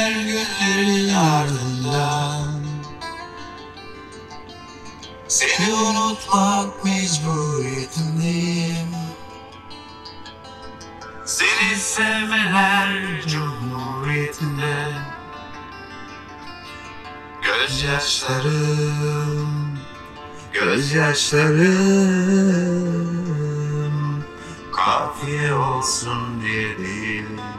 geçer günlerin ardından. Seni unutmak mecburiyetindeyim. Seni sevmeler cumhuriyetinde. Gözyaşlarım, gözyaşlarım kafiye olsun diye değil.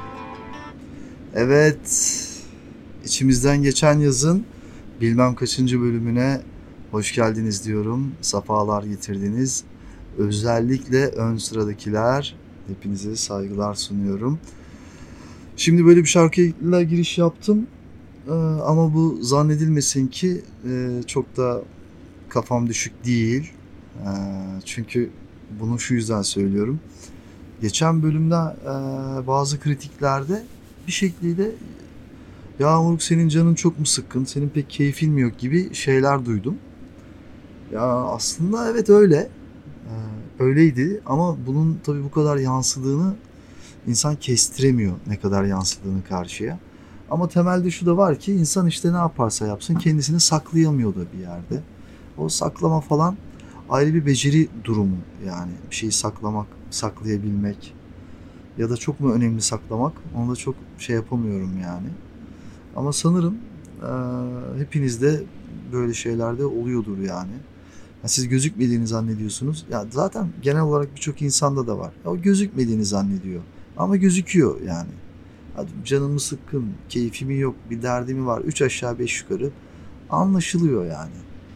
Evet, içimizden geçen yazın bilmem kaçıncı bölümüne hoş geldiniz diyorum. Safalar getirdiniz. Özellikle ön sıradakiler, hepinize saygılar sunuyorum. Şimdi böyle bir şarkıyla giriş yaptım. Ama bu zannedilmesin ki çok da kafam düşük değil. Çünkü bunu şu yüzden söylüyorum. Geçen bölümde bazı kritiklerde bir şekilde ya Moruk senin canın çok mu sıkkın, senin pek keyfin mi yok gibi şeyler duydum. Ya aslında evet öyle. Öyleydi ama bunun tabii bu kadar yansıdığını insan kestiremiyor, ne kadar yansıdığını karşıya. Ama temelde şu da var ki insan işte ne yaparsa yapsın kendisini saklayamıyor da bir yerde. O saklama falan ayrı bir beceri durumu yani. Bir şeyi saklamak, saklayabilmek ya da çok mu önemli saklamak, onu da çok şey yapamıyorum yani. Ama sanırım hepinizde böyle şeyler de oluyordur yani. Siz gözükmediğini zannediyorsunuz. Ya zaten genel olarak birçok insanda da var. O gözükmediğini zannediyor. Ama gözüküyor yani. Canım mı sıkkın, keyfimi yok, bir derdimi var. 3 aşağı 5 yukarı anlaşılıyor yani.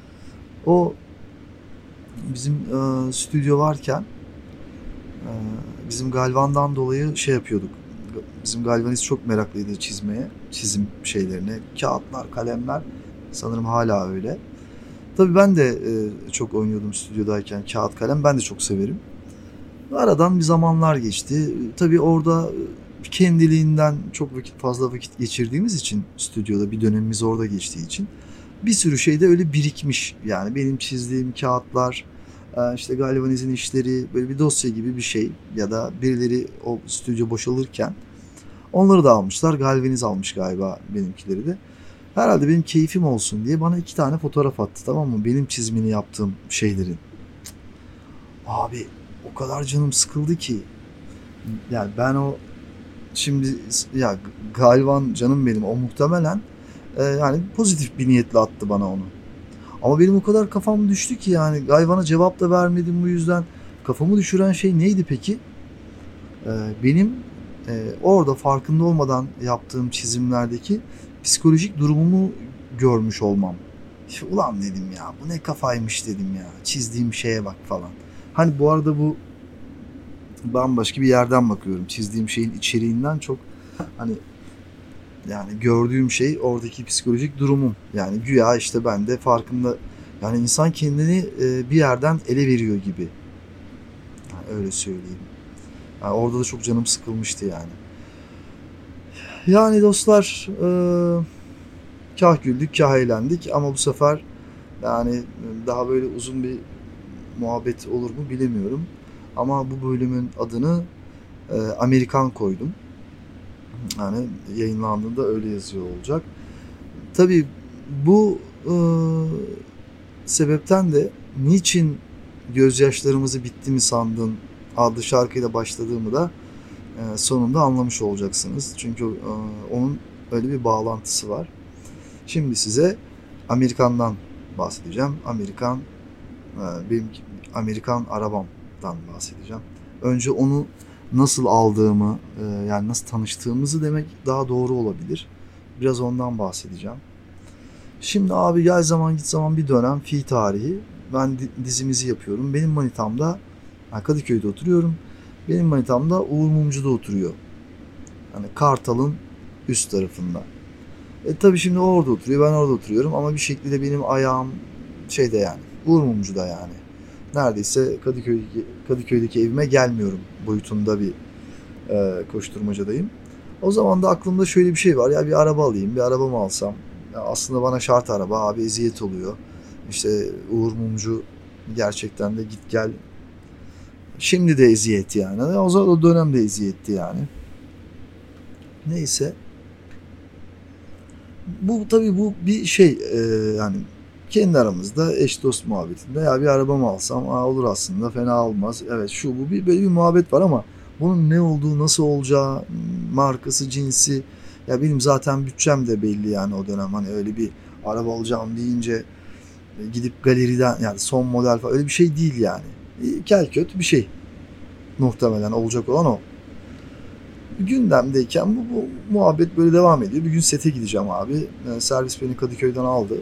O bizim stüdyo varken bizim galvandan dolayı şey yapıyorduk. Bizim galvanist çok meraklıydı çizmeye, çizim şeylerine. Kağıtlar, kalemler sanırım hala öyle. Tabii ben de çok oynuyordum stüdyodayken kağıt kalem. Ben de çok severim. Aradan bir zamanlar geçti. Tabii orada kendiliğinden çok fazla vakit geçirdiğimiz için stüdyoda bir dönemimiz orada geçtiği için bir sürü şey de öyle birikmiş. Yani benim çizdiğim kağıtlar, işte galvanizin işleri böyle bir dosya gibi bir şey ya da birileri o stüdyo boşalırken onları da almışlar. Galvaniz almış galiba benimkileri de. Herhalde benim keyfim olsun diye bana 2 tane fotoğraf attı, tamam mı? Benim çizimini yaptığım şeylerin. Abi o kadar canım sıkıldı ki. Yani ben o şimdi ya Galvan canım benim o muhtemelen yani pozitif bir niyetle attı bana onu. Ama benim o kadar kafam düştü ki yani Galvan'a cevap da vermedim bu yüzden. Kafamı düşüren şey neydi peki? Benim orada farkında olmadan yaptığım çizimlerdeki psikolojik durumumu görmüş olmam. Ulan dedim ya bu ne kafaymış dedim ya. Çizdiğim şeye bak falan. Hani bu arada bu bambaşka bir yerden bakıyorum. Çizdiğim şeyin içeriğinden çok hani yani gördüğüm şey oradaki psikolojik durumum. Yani güya işte ben de farkında yani insan kendini bir yerden ele veriyor gibi. Yani öyle söyleyeyim. Yani orada da çok canım sıkılmıştı yani. Yani dostlar kah güldük kah eğlendik ama bu sefer yani daha böyle uzun bir muhabbet olur mu bilemiyorum. Ama bu bölümün adını Amerikan koydum. Yani yayınlandığında öyle yazıyor olacak. Tabii bu sebepten de niçin gözyaşlarımızı bitti mi sandın adlı şarkıyla başladığımı da sonunda anlamış olacaksınız. Çünkü onun öyle bir bağlantısı var. Şimdi size Amerikan'dan bahsedeceğim. Benim Amerikan arabamdan bahsedeceğim. Önce onu nasıl aldığımı, yani nasıl tanıştığımızı demek daha doğru olabilir. Biraz ondan bahsedeceğim. Şimdi abi gel zaman git zaman bir dönem fi tarihi. Ben dizimizi yapıyorum. Benim manitam da Kadıköy'de oturuyorum. Benim manitam da Uğur Mumcu'da oturuyor. Hani Kartal'ın üst tarafında. Tabii şimdi o orada oturuyor, ben orada oturuyorum ama bir şekilde benim ayağım şeyde yani Uğur Mumcu'da yani. Neredeyse Kadıköy'deki evime gelmiyorum boyutunda bir koşturmacadayım. O zaman da aklımda şöyle bir şey var. Ya bir araba alayım, bir araba mı alsam? Ya aslında bana şart araba abi eziyet oluyor. İşte Uğur Mumcu gerçekten de git gel. Şimdi de eziyet yani. O zaman o dönemde eziyetti yani. Neyse. Bu tabii bu bir şey, yani kendi aramızda eş dost muhabbetinde ya bir araba mı alsam, olur aslında fena olmaz. Evet şu bu böyle bir muhabbet var ama bunun ne olduğu, nasıl olacağı, markası, cinsi, ya benim zaten bütçem de belli yani o dönem, hani öyle bir araba alacağım deyince gidip galeriden, yani son model falan öyle bir şey değil yani. Kel kötü bir şey muhtemelen olacak olan o. Gündemdeyken bu muhabbet böyle devam ediyor. Bir gün sete gideceğim abi. Servis beni Kadıköy'den aldı.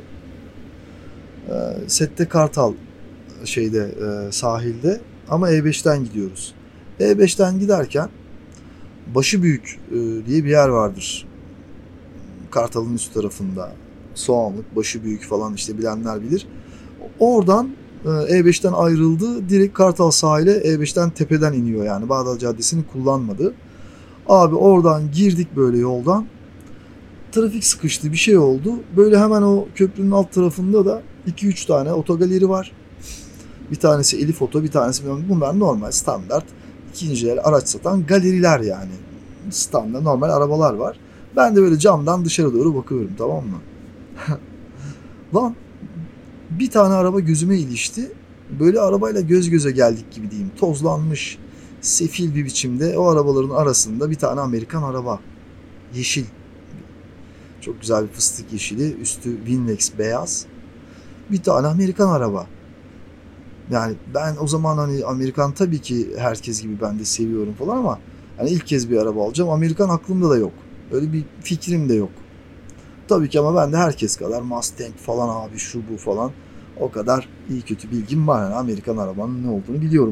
Sette Kartal şeyde, sahilde, ama E5'ten gidiyoruz. E5'ten giderken Başıbüyük diye bir yer vardır. Kartal'ın üst tarafında. Soğanlık, Başıbüyük falan, işte bilenler bilir. Oradan E5'ten ayrıldı. Direkt Kartal sahile E5'ten tepeden iniyor yani. Bağdat Caddesi'ni kullanmadı. Abi oradan girdik böyle yoldan. Trafik sıkıştı, bir şey oldu. Böyle hemen o köprünün alt tarafında da 2-3 tane otogaleri var. Bir tanesi Elif Oto, bir tanesi, bunlar normal standart ikinci el araç satan galeriler yani. Standart normal arabalar var. Ben de böyle camdan dışarı doğru bakıyorum, tamam mı? Lan bir tane araba gözüme ilişti. Böyle arabayla göz göze geldik gibi diyeyim. Tozlanmış, sefil bir biçimde, o arabaların arasında bir tane Amerikan araba. Yeşil. Çok güzel bir fıstık yeşili. Üstü Winlex beyaz. Bir tane Amerikan araba. Yani ben o zaman hani Amerikan tabii ki herkes gibi ben de seviyorum falan, ama hani ilk kez bir araba alacağım. Amerikan aklımda da yok. Öyle bir fikrim de yok. Tabii ki ama ben de herkes kadar Mustang falan abi, şu bu falan, o kadar iyi kötü bilgim var. Yani Amerikan arabanın ne olduğunu biliyorum.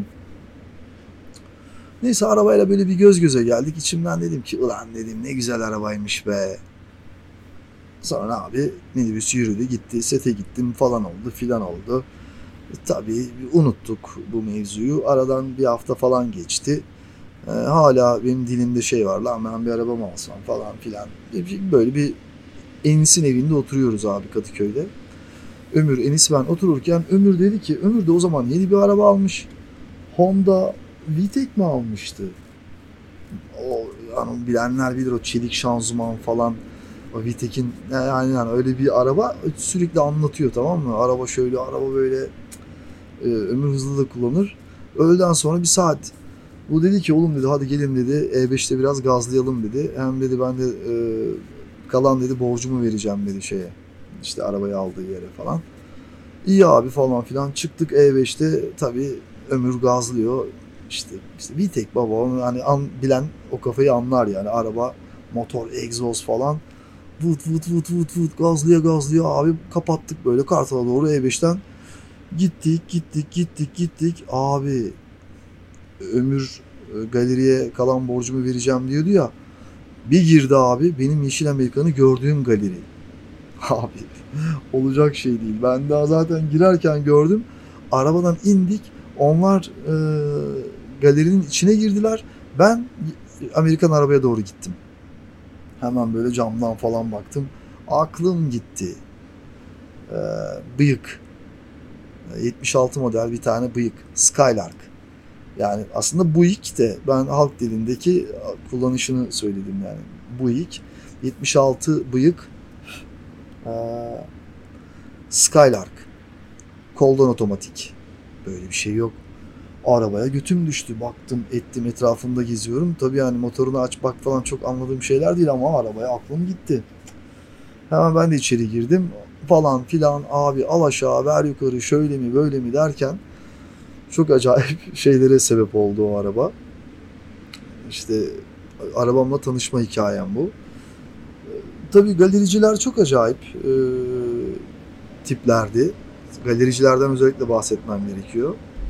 Neyse arabayla böyle bir göz göze geldik. İçimden dedim ki ulan dedim ne güzel arabaymış be. Sonra abi minibüs yürüdü gitti, sete gittim falan oldu filan oldu. Tabii unuttuk bu mevzuyu. Aradan bir hafta falan geçti. Hala benim dilimde şey var, lan ben bir araba mı alsam falan filan. Böyle bir Enis'in evinde oturuyoruz abi Kadıköy'de. Ömür, Enis, ben otururken Ömür dedi ki, Ömür de o zaman yeni bir araba almış. Honda VTEC mi almıştı? O yani bilenler bilir, o çelik şanzıman falan. O VTEC'in yani öyle bir araba, sürekli anlatıyor, tamam mı? Araba şöyle, araba böyle. Ömür hızlı da kullanır. Öğleden sonra bir saat. Bu dedi ki oğlum dedi hadi gelin dedi E5'te biraz gazlayalım dedi. Hem dedi ben de kalan dedi borcumu vereceğim dedi şeye. İşte arabayı aldığı yere falan. İyi abi falan filan, çıktık E5'te tabii Ömür gazlıyor. İşte VTEC baba, onu hani bilen o kafayı anlar yani, araba, motor, egzoz falan. Vut vut vut vut vut gazlıyor abi, kapattık böyle Kartal'a doğru E5'ten. Gittik abi, Ömür galeriye kalan borcumu vereceğim diyordu ya, bir girdi abi benim yeşil Amerikan'ı gördüğüm galeri. Abi olacak şey değil, ben daha zaten girerken gördüm, arabadan indik, onlar galerinin içine girdiler, ben Amerikan arabaya doğru gittim, hemen böyle camdan falan baktım, aklım gitti. Bıyık 76 model bir tane bıyık Skylark. Yani aslında Buick de ben halk dilindeki kullanışını söyledim yani. Buick 76 bıyık Skylark. Koldan otomatik. Böyle bir şey yok. Arabaya götüm düştü. Baktım ettim, etrafında geziyorum. Tabii yani motorunu aç bak falan çok anladığım şeyler değil, ama arabaya aklım gitti. Hemen ben de içeri girdim falan filan abi, al aşağı ver yukarı, şöyle mi böyle mi derken çok acayip şeylere sebep oldu o araba. İşte arabamla tanışma hikayem bu. Tabii galericiler çok acayip tiplerdi. Galericilerden özellikle bahsetmem gerekiyor.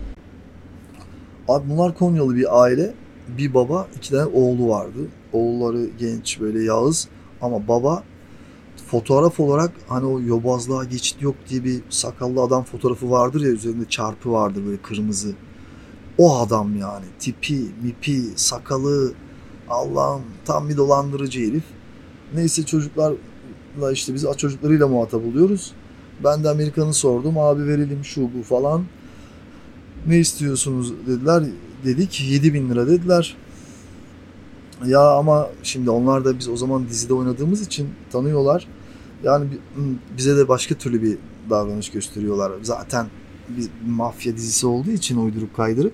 Abi bunlar Konyalı bir aile. Bir baba, iki tane oğlu vardı. Oğulları genç, böyle Yağız, ama baba fotoğraf olarak hani o yobazlığa geçit yok diye bir sakallı adam fotoğrafı vardır ya, üzerinde çarpı vardır böyle kırmızı. O adam yani, tipi, mipi, sakalı, Allah'ım tam bir dolandırıcı herif. Neyse çocuklarla işte biz çocuklarıyla muhatap oluyoruz. Ben de Amerikan'ı sordum, abi verelim şu bu falan. Ne istiyorsunuz dediler. Dedik 7.000 lira dediler. Ya ama şimdi onlar da biz o zaman dizide oynadığımız için tanıyorlar. Yani bize de başka türlü bir davranış gösteriyorlar. Zaten bir mafya dizisi olduğu için uydurup kaydırıp.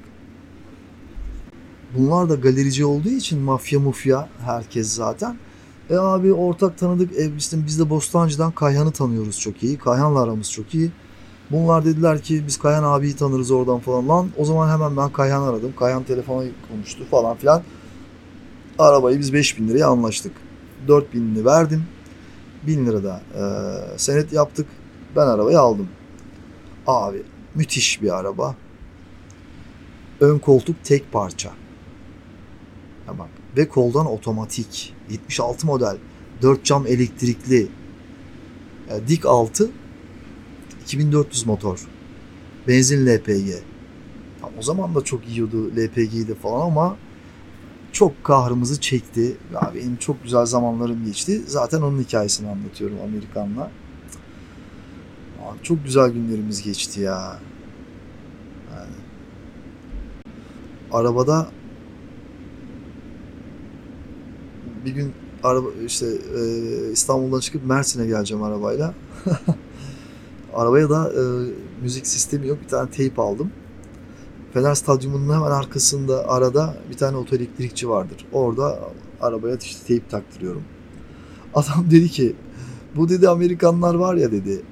Bunlar da galerici olduğu için mafya herkes zaten. Abi ortak tanıdık biz de Bostancı'dan Kayhan'ı tanıyoruz çok iyi. Kayhan'la aramız çok iyi. Bunlar dediler ki biz Kayhan abiyi tanırız oradan falan. Lan o zaman hemen ben Kayhan'ı aradım. Kayhan telefona konuştu falan filan. Arabayı biz 5.000 liraya anlaştık. 4.000'ini verdim. 1.000 lira da senet yaptık. Ben arabayı aldım. Abi müthiş bir araba. Ön koltuk tek parça. Ya bak. Ve koldan otomatik. 76 model. 4 cam elektrikli. Dik 6. 2400 motor. Benzin LPG. Ya o zaman da çok yiyordu LPG'de falan ama çok kahrımızı çekti. Ya benim çok güzel zamanlarım geçti. Zaten onun hikayesini anlatıyorum Amerikan'la. Çok güzel günlerimiz geçti ya. Yani, arabada bir gün İstanbul'dan çıkıp Mersin'e geleceğim arabayla. Arabaya da müzik sistemi yok. Bir tane teyp aldım. Fener Stadyumu'nun hemen arkasında arada bir tane otoelektrikçi vardır. Orada arabaya işte teyp taktırıyorum. Adam dedi ki bu dedi Amerikanlar var ya dedi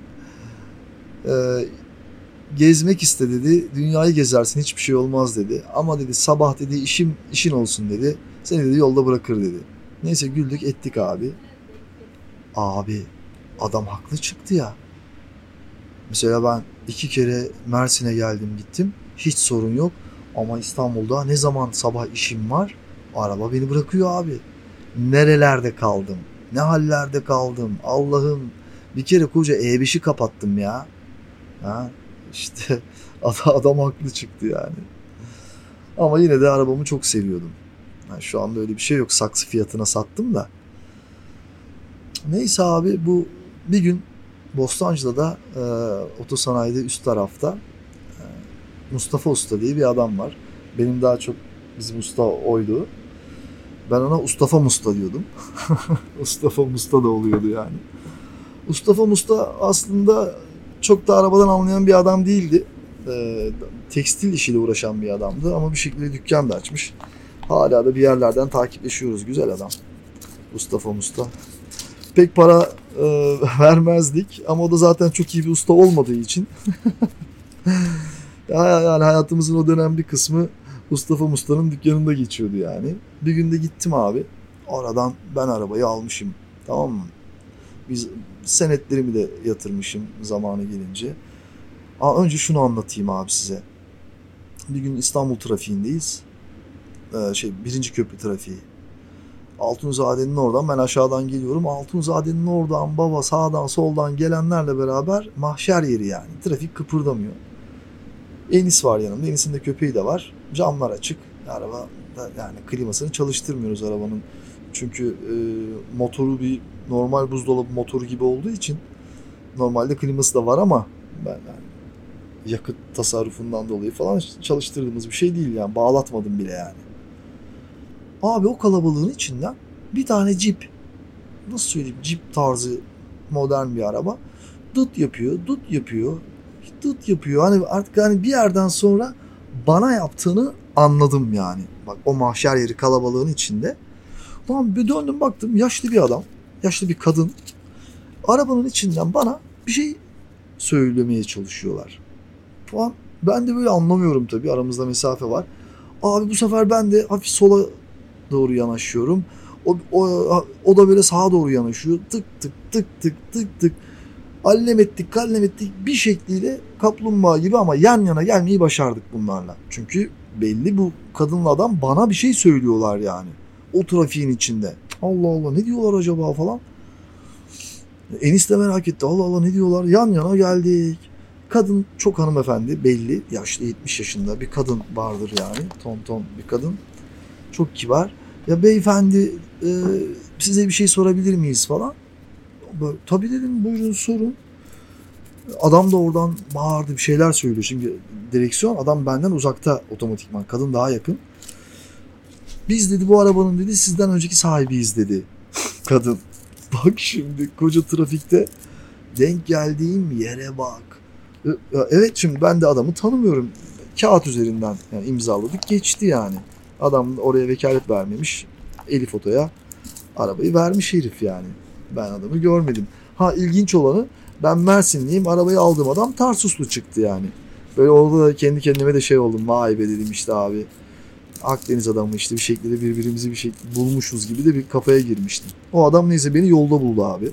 gezmek iste dedi. Dünyayı gezersin hiçbir şey olmaz dedi. Ama dedi sabah dedi işin olsun dedi. Seni dedi yolda bırakır dedi. Neyse güldük ettik abi. Abi adam haklı çıktı ya. Mesela ben 2 kere Mersin'e geldim gittim. Hiç sorun yok. Ama İstanbul'da ne zaman sabah işim var araba beni bırakıyor abi. Nerelerde kaldım? Ne hallerde kaldım? Allah'ım bir kere koca E5'i kapattım ya. Ha? İşte adam haklı çıktı yani. Ama yine de arabamı çok seviyordum. Yani şu anda öyle bir şey yok. Saksı fiyatına sattım da. Neyse abi bu bir gün Bostancı'da da otosanayide üst tarafta Mustafa Usta diye bir adam var. Benim daha çok bizim usta oydu. Ben ona Mustafa Musta diyordum. Mustafa Musta da oluyordu yani. Mustafa Musta aslında çok da arabadan anlayan bir adam değildi. Tekstil işiyle uğraşan bir adamdı ama bir şekilde dükkan da açmış. Hala da bir yerlerden takipleşiyoruz. Güzel adam. Mustafa Musta. Pek para vermezdik ama o da zaten çok iyi bir usta olmadığı için yani hayatımızın o dönem bir kısmı Mustafa Musta'nın dükkanında geçiyordu yani. Bir günde gittim abi. Oradan ben arabayı almışım. Tamam mı? Biz senetlerimi de yatırmışım zamanı gelince. Önce şunu anlatayım abi size. Bir gün İstanbul trafiğindeyiz. 1. köprü trafiği. Altunzade'nin oradan ben aşağıdan geliyorum. Altunzade'nin oradan baba sağdan soldan gelenlerle beraber mahşer yeri yani. Trafik kıpırdamıyor. Enis var yanımda. Enis'in de köpeği de var. Camlar açık. Araba yani klimasını çalıştırmıyoruz arabanın. Çünkü motoru bir normal buzdolabı motoru gibi olduğu için normalde kliması da var ama ben yani yakıt tasarrufundan dolayı falan çalıştırdığımız bir şey değil yani. Bağlatmadım bile yani. Abi o kalabalığın içinden bir tane Jeep, nasıl söyleyeyim, Jeep tarzı modern bir araba dıt yapıyor. Hani artık hani bir yerden sonra bana yaptığını anladım yani. Bak o mahşer yeri kalabalığın içinde. Ulan bir döndüm baktım yaşlı bir adam, yaşlı bir kadın arabanın içinden bana bir şey söylemeye çalışıyorlar. Falan. Ben de böyle anlamıyorum tabii, aramızda mesafe var. Abi bu sefer ben de hafif sola doğru yanaşıyorum. O da böyle sağa doğru yanaşıyor. Tık tık. Allem ettik bir şekliyle kaplumbağa gibi ama yan yana gelmeyi başardık bunlarla. Çünkü belli bu kadınla adam bana bir şey söylüyorlar yani. O trafiğin içinde. Allah Allah ne diyorlar acaba falan. Enis de merak etti. Allah Allah ne diyorlar. Yan yana geldik. Kadın çok hanımefendi belli. Yaşlı 70 yaşında bir kadın vardır yani. Ton bir kadın. Çok kibar. Ya beyefendi size bir şey sorabilir miyiz falan. Böyle, tabii dedim buyurun sorun. Adam da oradan bağırdı bir şeyler söylüyor. Şimdi direksiyon adam benden uzakta otomatikman. Kadın daha yakın. Biz dedi bu arabanın dedi sizden önceki sahibiyiz dedi. Kadın. Bak şimdi koca trafikte denk geldiğim yere bak. Evet, şimdi ben de adamı tanımıyorum. Kağıt üzerinden yani imzaladık, geçti yani. Adam oraya vekalet vermemiş. Elif Oto'ya arabayı vermiş herif yani. Ben adamı görmedim. Ha, ilginç olanı, ben Mersinliyim, arabayı aldığım adam Tarsuslu çıktı yani. Böyle orada da kendi kendime de şey oldum. Vay be dedim, işte abi Akdeniz adamı işte, bir şekilde birbirimizi bir şekilde bulmuşuz gibi de bir kafaya girmiştim. O adam neyse beni yolda buldu abi.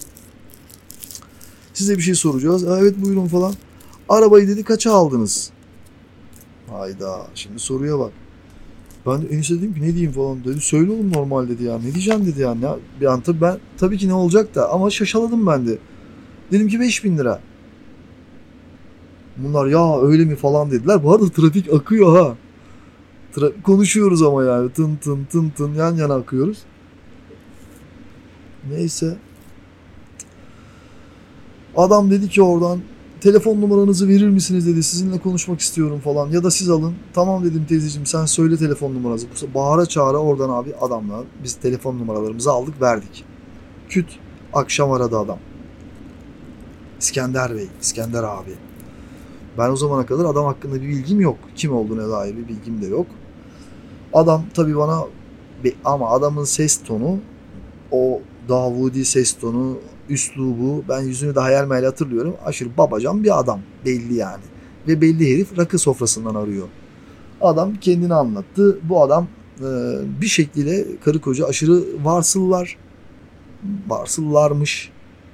Size bir şey soracağız. Evet buyurun falan. Arabayı dedi kaça aldınız? Hayda, şimdi soruya bak. Ben de enişte dedim ki ne diyeyim falan dedi. Söyle oğlum normal dedi ya. Ne diyeceğim dedi yani. Ya, bir an tabii ki ne olacak da, ama şaşaladım ben de. Dedim ki 5.000 lira. Bunlar ya öyle mi falan dediler. Bu arada trafik akıyor ha. Konuşuyoruz ama yani tın tın tın tın yan yana akıyoruz. Neyse. Adam dedi ki oradan, telefon numaranızı verir misiniz dedi, sizinle konuşmak istiyorum falan, ya da siz alın. Tamam dedim teyzeciğim, sen söyle telefon numaranızı. Bağıra çağıra oradan abi adamla biz telefon numaralarımızı aldık, verdik. Küt, akşam aradı adam. İskender Bey, İskender abi. Ben o zamana kadar adam hakkında bir bilgim yok. Kim olduğuna dair bir bilgim de yok. Adam tabii bana, ama adamın ses tonu, o Davudi ses tonu, üslubu, ben yüzünü de hayal meyal hatırlıyorum. Aşırı babacan bir adam belli yani. Ve belli herif rakı sofrasından arıyor. Adam kendini anlattı. Bu adam bir şekilde karı koca aşırı varsıllarmış.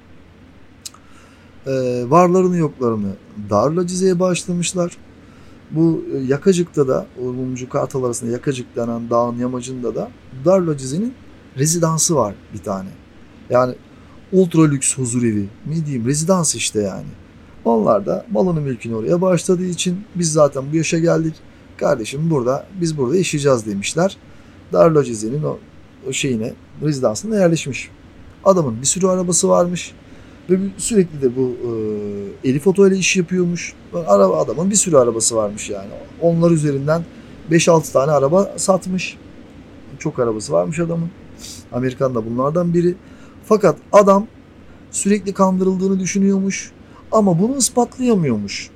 Varlarını yoklarını Darülacizeye bağışlamışlar. Bu Yakacık'ta da, Mumcu Kartal arasında Yakacık denen dağın yamacında da Darülacize'nin rezidansı var bir tane. Yani ultra lüks huzurevi mi diyeyim, rezidans işte yani. Onlar da malını mülkünü oraya bağışladığı için biz zaten bu yaşa geldik. Kardeşim biz burada yaşayacağız demişler. Darülacize'nin o şeyine, rezidansına yerleşmiş. Adamın bir sürü arabası varmış. Ve sürekli de bu Elif Oto ile iş yapıyormuş. Adamın bir sürü arabası varmış yani. Onlar üzerinden 5-6 tane araba satmış. Çok arabası varmış adamın. Amerikan da bunlardan biri. Fakat adam sürekli kandırıldığını düşünüyormuş. Ama bunu ispatlayamıyormuş.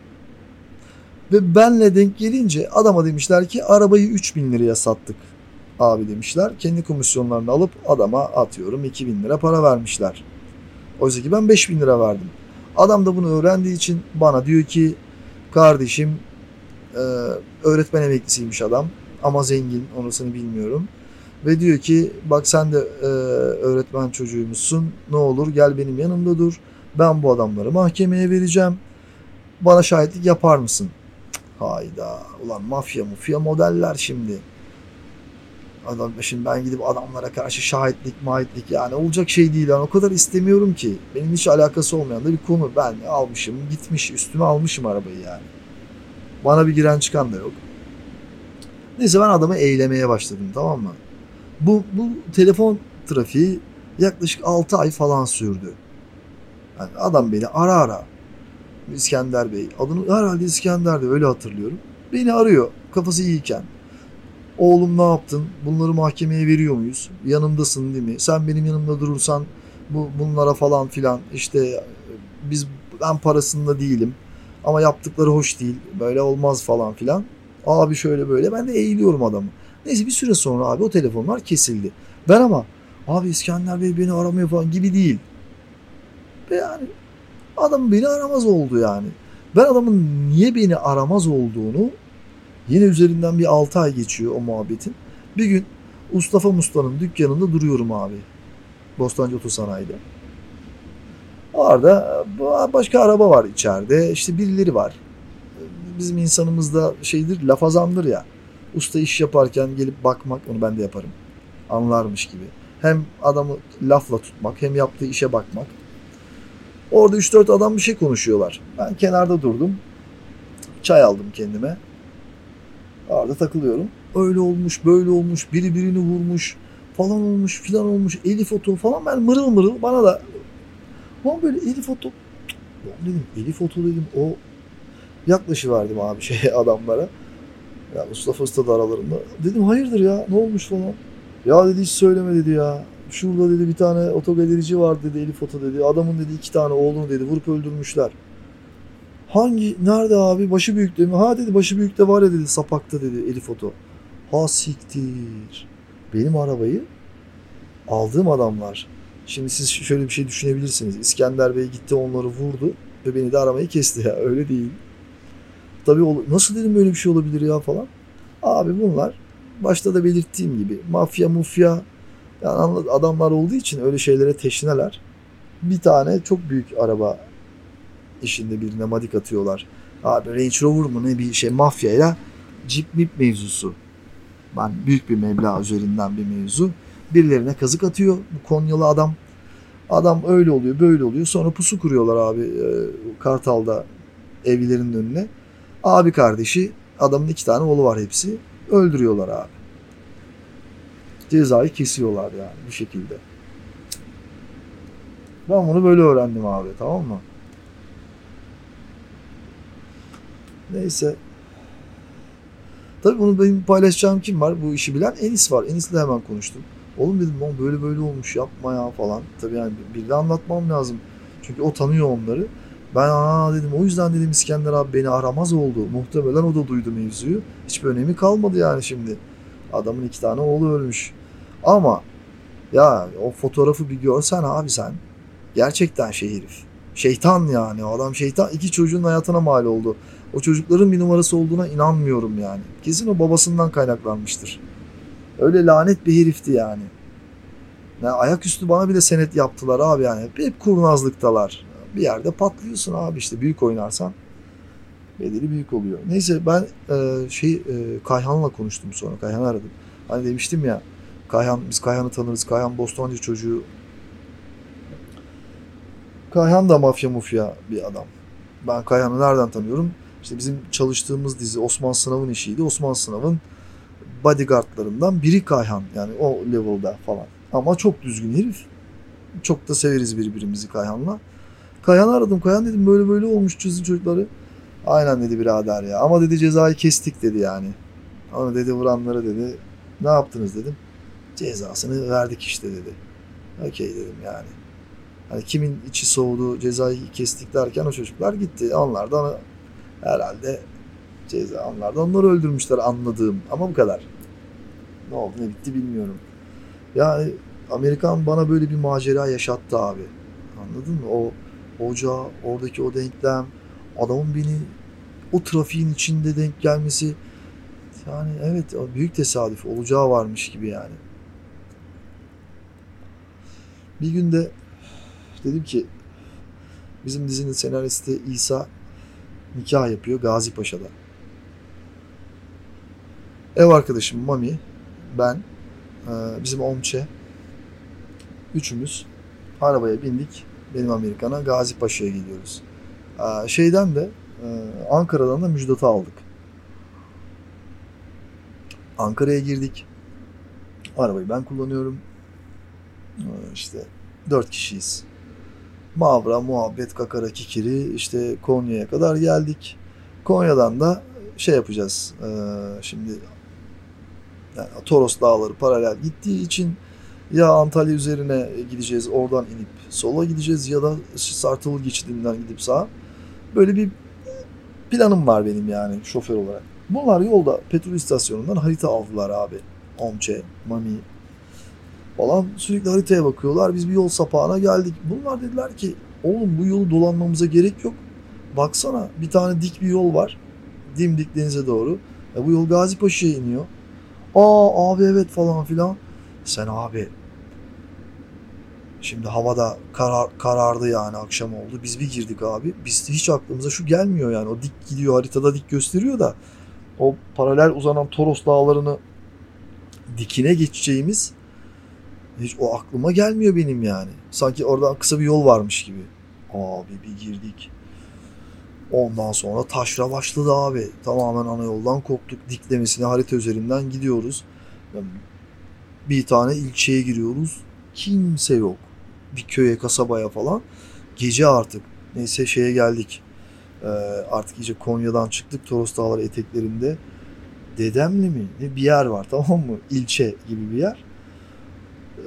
Ve benle denk gelince adama demişler ki arabayı 3.000 liraya sattık abi demişler. Kendi komisyonlarını alıp adama atıyorum 2.000 lira para vermişler. Oysa ki ben 5.000 lira verdim. Adam da bunu öğrendiği için bana diyor ki kardeşim, öğretmen emeklisiymiş adam ama zengin, orasını bilmiyorum. Ve diyor ki bak sen de öğretmen çocuğuymuşsun, ne olur gel benim yanımda dur. Ben bu adamları mahkemeye vereceğim. Bana şahitlik yapar mısın? Hayda, ulan mafya modeller şimdi. Adam, şimdi ben gidip adamlara karşı şahitlik yani olacak şey değil. Yani o kadar istemiyorum ki. Benim hiç alakası olmayan da bir konu. Ben almışım gitmiş, üstüme almışım arabayı yani. Bana bir giren çıkan da yok. Neyse ben adamı eylemeye başladım, tamam mı? Bu telefon trafiği yaklaşık 6 ay falan sürdü. Yani adam beni ara İskender Bey, adını herhalde İskender'di öyle hatırlıyorum. Beni arıyor kafası iyiyken. Oğlum ne yaptın? Bunları mahkemeye veriyor muyuz? Yanımdasın değil mi? Sen benim yanımda durursan bunlara falan filan işte ben parasında değilim. Ama yaptıkları hoş değil. Böyle olmaz falan filan. Abi şöyle böyle. Ben de eğiliyorum adamı. Neyse bir süre sonra abi o telefonlar kesildi. Ben ama abi İskender Bey beni aramıyor falan gibi değil. Ve yani adam beni aramaz oldu yani. Ben adamın niye beni aramaz olduğunu, yine üzerinden bir 6 ay geçiyor o muhabbetin. Bir gün Mustafa Musta'nın dükkanında duruyorum abi. Bostancı Otosanayi'de. Orada başka araba var içeride. İşte birileri var. Bizim insanımızda şeydir, lafazandır ya. Usta iş yaparken gelip bakmak, onu ben de yaparım. Anlarmış gibi. Hem adamı lafla tutmak, hem yaptığı işe bakmak. Orada 3-4 adam bir şey konuşuyorlar. Ben kenarda durdum. Çay aldım kendime. Orada takılıyorum. Öyle olmuş, böyle olmuş, biri birini vurmuş, falan olmuş, filan olmuş, Elif Oto falan. Ben mırıl bana da. Ben böyle Elif Oto. Dedim Elif Oto dedim. O yaklaşıverdim abi adamlara. Ya Mustafa Usta da aralarında. Dedim hayırdır ya, ne olmuş falan. Ya dedi hiç söyleme dedi ya. şurada dedi bir tane otogalerici var dedi, Elif Oto dedi. Adamın dedi 2 tane oğlunu dedi vurup öldürmüşler. Hangi, nerede abi? Başıbüyük'te mi? Ha dedi, Başıbüyük'te var ya dedi, Sapak'ta dedi Elif Oto. Ha siktir. Benim arabayı aldığım adamlar. Şimdi siz şöyle bir şey düşünebilirsiniz. İskender Bey gitti onları vurdu ve beni de aramayı kesti ya. Öyle değil. Tabii nasıl dedim böyle bir şey olabilir ya falan. Abi bunlar başta da belirttiğim gibi mafya mufya yani adamlar olduğu için öyle şeylere teşneler. Bir tane çok büyük araba işinde birine madik atıyorlar. Abi Range Rover mu ne bir şey, mafyayla Jeep Mip mevzusu. Ben büyük bir meblağ üzerinden bir mevzu. Birilerine kazık atıyor bu Konyalı adam. Adam öyle oluyor böyle oluyor. Sonra pusu kuruyorlar abi Kartal'da evlerinin önüne. Abi kardeşi, adamın 2 tane oğlu var hepsi. Öldürüyorlar abi. Cezayı kesiyorlar yani bu şekilde. Ben bunu böyle öğrendim abi, tamam mı? Neyse. Tabii bunu benim paylaşacağım kim var? Bu işi bilen Enis var. Enis'le hemen konuştum. Oğlum dedim böyle böyle olmuş, yapma ya falan. Tabii yani bir de anlatmam lazım. Çünkü o tanıyor onları. Ben dedim o yüzden dedim İskender abi beni aramaz oldu. Muhtemelen o da duydu mevzuyu. Hiçbir önemi kalmadı yani şimdi. Adamın 2 tane oğlu ölmüş. Ama ya o fotoğrafı bir görsen abi sen. Gerçekten herif. Şeytan yani, o adam şeytan. 2 çocuğun hayatına mal oldu. O çocukların bir numarası olduğuna inanmıyorum yani. Kesin o babasından kaynaklanmıştır. Öyle lanet bir herifti yani. Yani ayaküstü bana bile senet yaptılar abi yani. Hep kurnazlıktalar. Bir yerde patlıyorsun abi işte, büyük oynarsan bedeli büyük oluyor. Neyse ben Kayhan'la konuştum sonra. Kayhan'ı aradım. Hani demiştim ya, biz Kayhan'ı tanırız. Kayhan Bostancı çocuğu. Kayhan da mafya mufya bir adam. Ben Kayhan'ı nereden tanıyorum? İşte bizim çalıştığımız dizi Osman Sınav'ın işiydi. Osman Sınav'ın bodyguardlarından biri Kayhan. Yani o level'da falan. Ama çok düzgün herif. Çok da severiz birbirimizi Kayhan'la. Kayhan'ı aradım. Kayhan dedim böyle böyle olmuş sizin çocukları. Aynen dedi birader ya. Ama dedi cezayı kestik dedi yani. Onu dedi vuranları dedi. Ne yaptınız dedim. Cezasını verdik işte dedi. Okey dedim yani. Hani kimin içi soğudu, cezayı kestik derken o çocuklar gitti. Onlar da herhalde onlar da onları öldürmüşler anladığım. Ama bu kadar. Ne oldu ne bitti bilmiyorum. Yani Amerikan bana böyle bir macera yaşattı abi. Anladın mı? O ocağı, oradaki o denklem, adamın beni o trafiğin içinde denk gelmesi. Yani evet, büyük tesadüf olacağı varmış gibi yani. Bir günde dedim ki bizim dizinin senaristi İsa nikah yapıyor Gazi Paşa'da. Ev arkadaşım Mami, ben, bizim Omçe, üçümüz arabaya bindik. Benim Amerikan'a Gazi Paşa'ya gidiyoruz. Şeyden de Ankara'dan da müjdatı aldık. Ankara'ya girdik. Arabayı ben kullanıyorum. İşte 4 kişiyiz. Mavra, muhabbet, kakara, kikiri, işte Konya'ya kadar geldik. Konya'dan da yapacağız. Şimdi yani Toros Dağları paralel gittiği için ya Antalya üzerine gideceğiz, oradan inip sola gideceğiz ya da Sartılı geçidinden gidip sağa. Böyle bir planım var benim yani şoför olarak. Bunlar yolda petrol istasyonundan harita aldılar abi. Omçe, Mami falan sürekli haritaya bakıyorlar. Biz bir yol sapağına geldik. Bunlar dediler ki oğlum bu yolu dolanmamıza gerek yok. Baksana bir tane dik bir yol var. Dimdik denize doğru. Bu yol Gazi Paşa'ya iniyor. Abi evet falan filan. Sen abi şimdi havada karardı yani, akşam oldu. Biz bir girdik abi. Biz hiç aklımıza şu gelmiyor yani. O dik gidiyor, haritada dik gösteriyor da o paralel uzanan Toros Dağları'nı dikine geçeceğimiz hiç o aklıma gelmiyor benim yani. Sanki oradan kısa bir yol varmış gibi. Abi bir girdik. Ondan sonra taşra başladı abi. Tamamen ana yoldan koptuk. Diklemesine harita üzerinden gidiyoruz. Bir tane ilçeye giriyoruz. Kimse yok. Bir köye, kasabaya falan. Gece artık. Neyse geldik. Artık iyice Konya'dan çıktık. Toros Dağları eteklerinde. Dedemli mi? Bir yer var, tamam mı? İlçe gibi bir yer.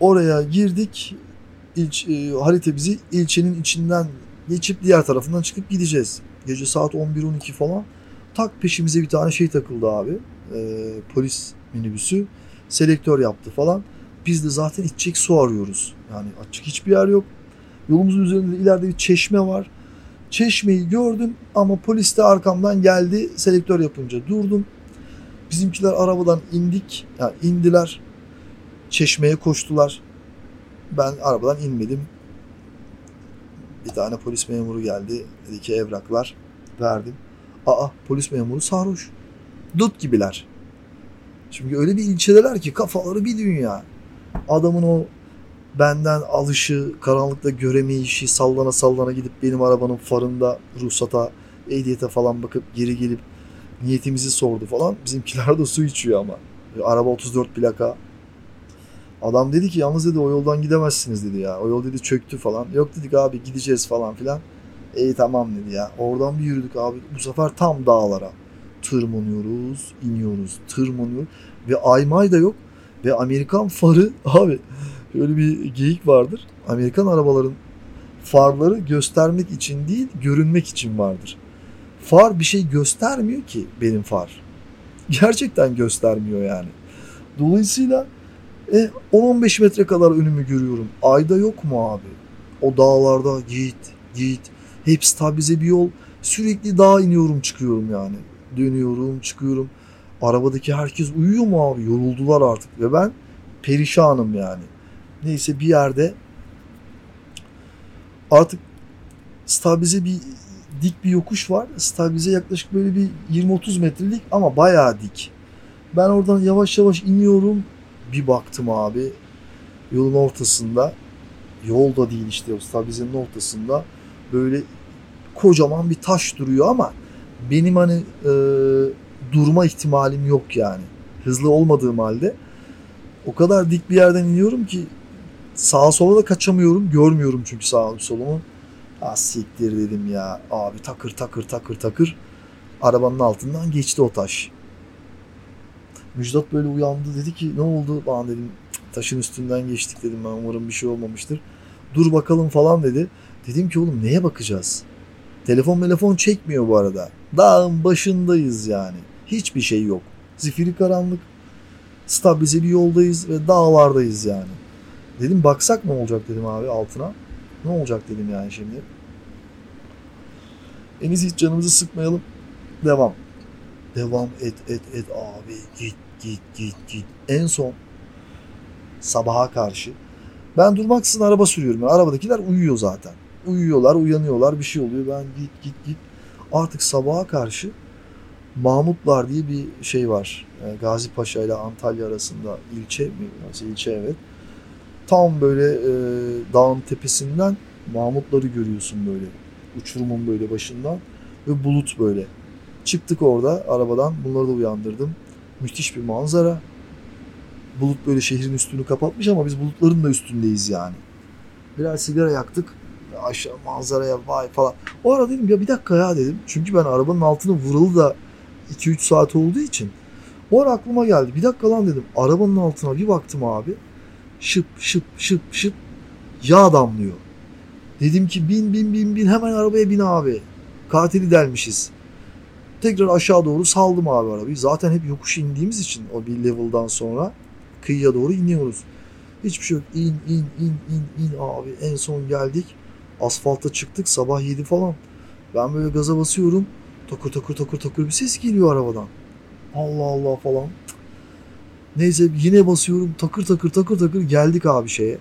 Oraya girdik. Harita bizi ilçenin içinden geçip diğer tarafından çıkıp gideceğiz. Gece saat 11-12 falan. Tak peşimize bir tane şey takıldı abi. Polis minibüsü. Selektör yaptı falan. Biz de zaten içecek su arıyoruz. Yani açık hiçbir yer yok. Yolumuzun üzerinde ileride bir çeşme var. Çeşmeyi gördüm ama polis de arkamdan geldi. Selektör yapınca durdum. Bizimkiler arabadan indiler. Çeşmeye koştular. Ben arabadan inmedim. Bir tane polis memuru geldi. Dedi ki evraklar. Verdim. Polis memuru sarhoş. Dut gibiler. Çünkü öyle bir ilçedeler ki kafaları bir dünya. Adamın o benden alışı, karanlıkta göremeyişi, sallana sallana gidip benim arabanın farında ruhsata, ehliyete falan bakıp geri gelip niyetimizi sordu falan. Bizimkiler de su içiyor ama. Araba 34 plaka. Adam dedi ki yalnız dedi o yoldan gidemezsiniz dedi ya. O yol dedi çöktü falan. Yok dedik abi gideceğiz falan filan. Tamam dedi ya. Oradan bir yürüdük abi. Bu sefer tam dağlara. Tırmanıyoruz, iniyoruz, tırmanıyoruz. Ve aymay da yok. Ve Amerikan farı abi öyle bir geyik vardır. Amerikan arabaların farları göstermek için değil, görünmek için vardır. Far bir şey göstermiyor ki benim far. Gerçekten göstermiyor yani. Dolayısıyla 10-15 metre kadar önümü görüyorum. Ayda yok mu abi? O dağlarda git. Hep stabilize bir yol. Sürekli dağa iniyorum çıkıyorum yani. Dönüyorum çıkıyorum. Arabadaki herkes uyuyor mu abi? Yoruldular artık ve ben perişanım yani. Neyse bir yerde artık stabilize dik bir yokuş var. Stabilize yaklaşık böyle bir 20-30 metrelik ama bayağı dik. Ben oradan yavaş yavaş iniyorum. Bir baktım abi yolun ortasında, yol da değil işte o stabilizenin ortasında böyle kocaman bir taş duruyor ama benim hani durma ihtimalim yok yani. Hızlı olmadığım halde o kadar dik bir yerden iniyorum ki sağa sola da kaçamıyorum. Görmüyorum çünkü sağ solumu. Siktir dedim ya. Abi takır. Arabanın altından geçti o taş. Müjdat böyle uyandı. Dedi ki ne oldu? Ben dedim taşın üstünden geçtik dedim. Ben umarım bir şey olmamıştır. Dur bakalım falan dedi. Dedim ki oğlum neye bakacağız? Telefon çekmiyor bu arada. Dağın başındayız yani. Hiçbir şey yok. Zifiri karanlık. Stabilize bir yoldayız ve dağlardayız yani. Dedim baksak ne olacak dedim abi altına. Ne olacak dedim yani şimdi. En iyisi hiç canımızı sıkmayalım. Devam et abi. Git. En son sabaha karşı ben durmaksızın araba sürüyorum. Yani arabadakiler uyuyor zaten. Uyuyorlar, uyanıyorlar, bir şey oluyor. Ben git. Artık sabaha karşı Mahmutlar diye bir şey var. Yani Gazi Paşa ile Antalya arasında ilçe mi? İlçe evet. Tam böyle dağın tepesinden Mahmutları görüyorsun böyle. Uçurumun böyle başından ve bulut böyle. Çıktık orada arabadan. Bunları da uyandırdım. Müthiş bir manzara. Bulut böyle şehrin üstünü kapatmış ama biz bulutların da üstündeyiz yani. Birer sigara yaktık. Aşağı manzaraya vay falan. O ara dedim ya bir dakika ya dedim. Çünkü ben arabanın altına vuralı da 2-3 saat olduğu için. O ara aklıma geldi. Bir dakika lan dedim. Arabanın altına bir baktım abi. Şıp yağ damlıyor. Dedim ki bin hemen arabaya bin abi. Katili delmişiz. Tekrar aşağı doğru saldım abi arabayı. Zaten hep yokuş indiğimiz için o bir level'dan sonra kıyıya doğru iniyoruz. Hiçbir şey yok. İn abi. En son geldik. Asfalta çıktık. Sabah 7 falan. Ben böyle gaza basıyorum. Takır bir ses geliyor arabadan. Allah falan. Neyse yine basıyorum. Takır geldik abi şeye.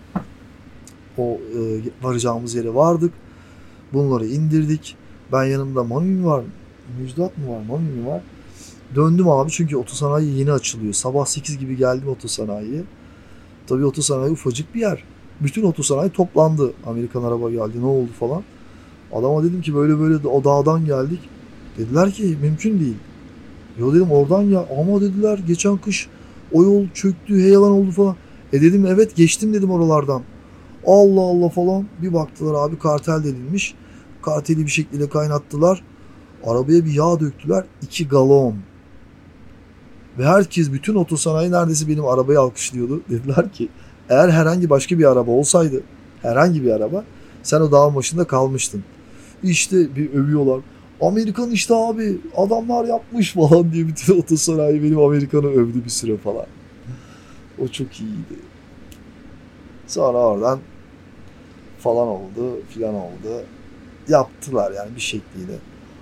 O varacağımız yere vardık. Bunları indirdik. Ben yanımda Mami var. Müjdat mı var? Mami mi var? Döndüm abi çünkü otosanayi yeni açılıyor. Sabah 8 gibi geldim otosanayiye. Tabii otosanayi ufacık bir yer. Bütün otosanayi toplandı. Amerikan araba geldi ne oldu falan. Adama dedim ki böyle o dağdan geldik. Dediler ki mümkün değil. Yo dedim oradan ya ama dediler geçen kış o yol çöktü heyelan oldu falan. Dedim evet geçtim dedim oralardan. Allah falan bir baktılar abi kartel denilmiş. Karteli bir şekilde kaynattılar. Arabaya bir yağ döktüler. 2 galon. Ve herkes bütün otosanayi neredeyse benim arabayı alkışlıyordu. Dediler ki Eğer herhangi başka bir araba olsaydı, herhangi bir araba, sen o dağın başında kalmıştın. İşte bir övüyorlar. Amerikan işte abi adamlar yapmış falan diye bütün otosanayi benim Amerikan'ı övdü bir süre falan. O çok iyiydi. Sonra oradan falan oldu filan oldu. Yaptılar yani bir şekliyle.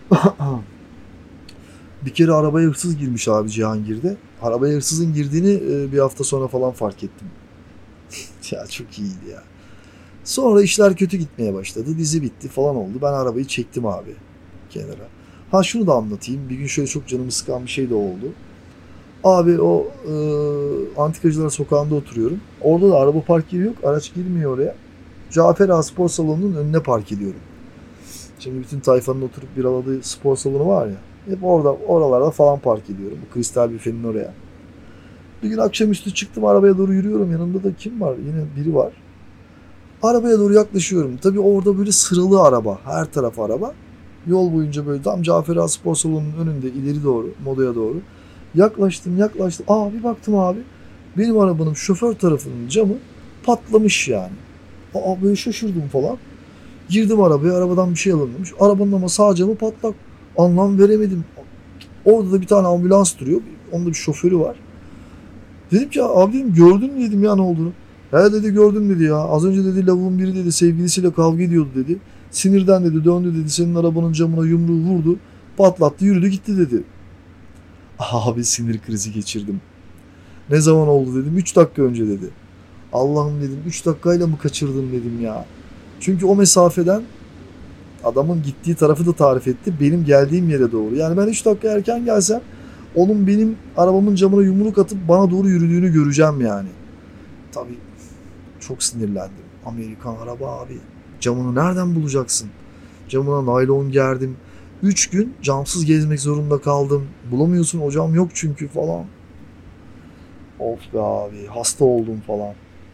Bir kere arabaya hırsız girmiş abi Cihangir'de. Arabaya hırsızın girdiğini bir hafta sonra falan fark ettim. Ya çok iyiydi ya. Sonra işler kötü gitmeye başladı. Dizi bitti falan oldu. Ben arabayı çektim abi kenara. Ha şunu da anlatayım. Bir gün şöyle çok canımı sıkan bir şey de oldu. Abi o Antikacılar Sokağı'nda oturuyorum. Orada da araba park yeri yok. Araç girmiyor oraya. Cafer Ağa Spor Salonu'nun önüne park ediyorum. Şimdi bütün tayfanın oturup bir aladığı spor salonu var ya. Hep orada, oralarda falan park ediyorum. Bu Kristal Büfe'nin oraya. Bir gün akşamüstü çıktım arabaya doğru yürüyorum. Yanımda da kim var? Yine biri var. Arabaya doğru yaklaşıyorum. Tabii orada böyle sıralı araba. Her taraf araba. Yol boyunca böyle tam Cafer Ağa Spor Salonu'nun önünde ileri doğru, modaya doğru. Yaklaştım. Bir baktım abi. Benim arabanın şoför tarafının camı patlamış yani. Böyle şaşırdım falan. Girdim arabaya. Arabadan bir şey alınmış. Arabanın ama sağ camı patlak. Anlam veremedim. Orada da bir tane ambulans duruyor. Onun da bir şoförü var. Dedim ki abi dedim gördün mü dedim ya ne olduğunu. He dedi gördüm dedi ya. Az önce dedi lavuğun biri dedi sevgilisiyle kavga ediyordu dedi. Sinirden dedi döndü dedi senin arabanın camına yumruğu vurdu. Patlattı yürüdü gitti dedi. Abi sinir krizi geçirdim. Ne zaman oldu dedim. 3 dakika önce dedi. Allah'ım dedim 3 dakikayla mı kaçırdım dedim ya. Çünkü o mesafeden adamın gittiği tarafı da tarif etti. Benim geldiğim yere doğru. Yani ben 3 dakika erken gelsem onun benim arabamın camına yumruk atıp bana doğru yürüdüğünü göreceğim yani. Tabii çok sinirlendim. Amerikan araba abi. Camını nereden bulacaksın? Camına naylon gerdim. 3 gün camsız gezmek zorunda kaldım. Bulamıyorsun o cam yok çünkü falan. Of be abi hasta oldum falan.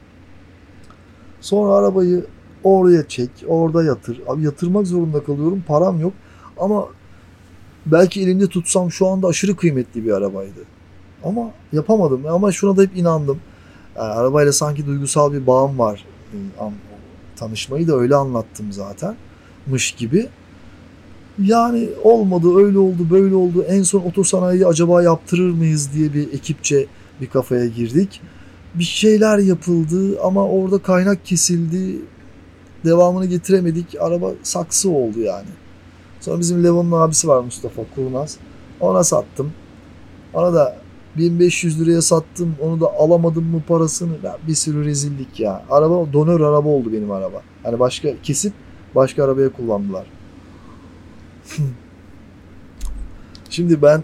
Sonra arabayı oraya çek, orada yatır. Abi yatırmak zorunda kalıyorum. Param yok. Ama belki elimde tutsam şu anda aşırı kıymetli bir arabaydı. Ama yapamadım. Ama şuna da hep inandım. Yani arabayla sanki duygusal bir bağım var. Tanışmayı da öyle anlattım zaten. Mış gibi. Yani olmadı, öyle oldu, böyle oldu. En son otosanayiyi acaba yaptırır mıyız diye bir ekipçe bir kafaya girdik. Bir şeyler yapıldı ama orada kaynak kesildi. Devamını getiremedik. Araba saksı oldu yani. Sonra bizim Levo'nun abisi var Mustafa Kurnaz. Ona sattım. Ona da 1500 liraya sattım. Onu da alamadım mı parasını. Bir sürü rezillik ya. Araba donör araba oldu benim araba. Hani başka kesip başka arabaya kullandılar. Şimdi ben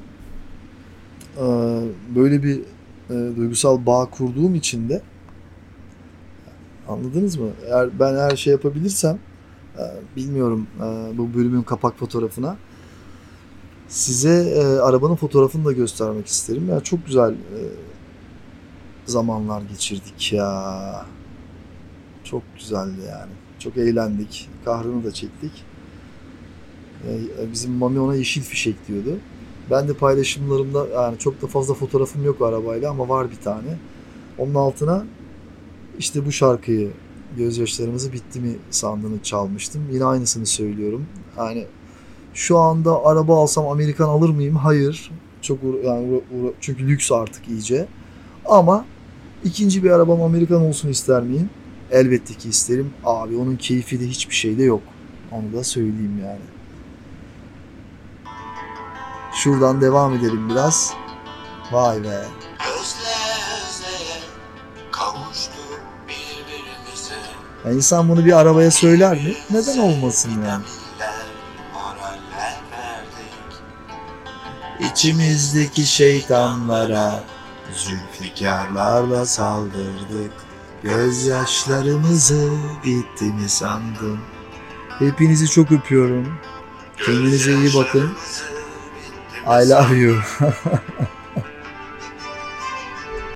böyle bir duygusal bağ kurduğum için de anladınız mı? Eğer ben her şey yapabilirsem bilmiyorum bu bölümün kapak fotoğrafına size arabanın fotoğrafını da göstermek isterim. Ya çok güzel zamanlar geçirdik ya. Çok güzeldi yani. Çok eğlendik. Kahrını da çektik. Bizim Mami ona yeşil fişek diyordu. Ben de paylaşımlarımda yani çok da fazla fotoğrafım yok arabayla ama var bir tane. Onun altına işte bu şarkıyı gözyaşlarımızı bitti mi sandığını çalmıştım. Yine aynısını söylüyorum. Yani şu anda araba alsam Amerikan alır mıyım? Hayır. Çok yani çünkü lüks artık iyice. Ama ikinci bir arabam Amerikan olsun ister miyim? Elbette ki isterim. Abi onun keyfi de hiçbir şeyde yok. Onu da söyleyeyim yani. Şuradan devam edelim biraz. Vay be. Özle kavuştuk birbirimize. Yani insan bunu bir arabaya söyler mi? Neden olmasın yani? Moraller verdik. İçimizdeki şeytanlara Zülfikarlarla saldırdık. gözyaşlarımızı bitti mi sandım. Hepinizi çok öpüyorum. Kendinize iyi bakın. I love you.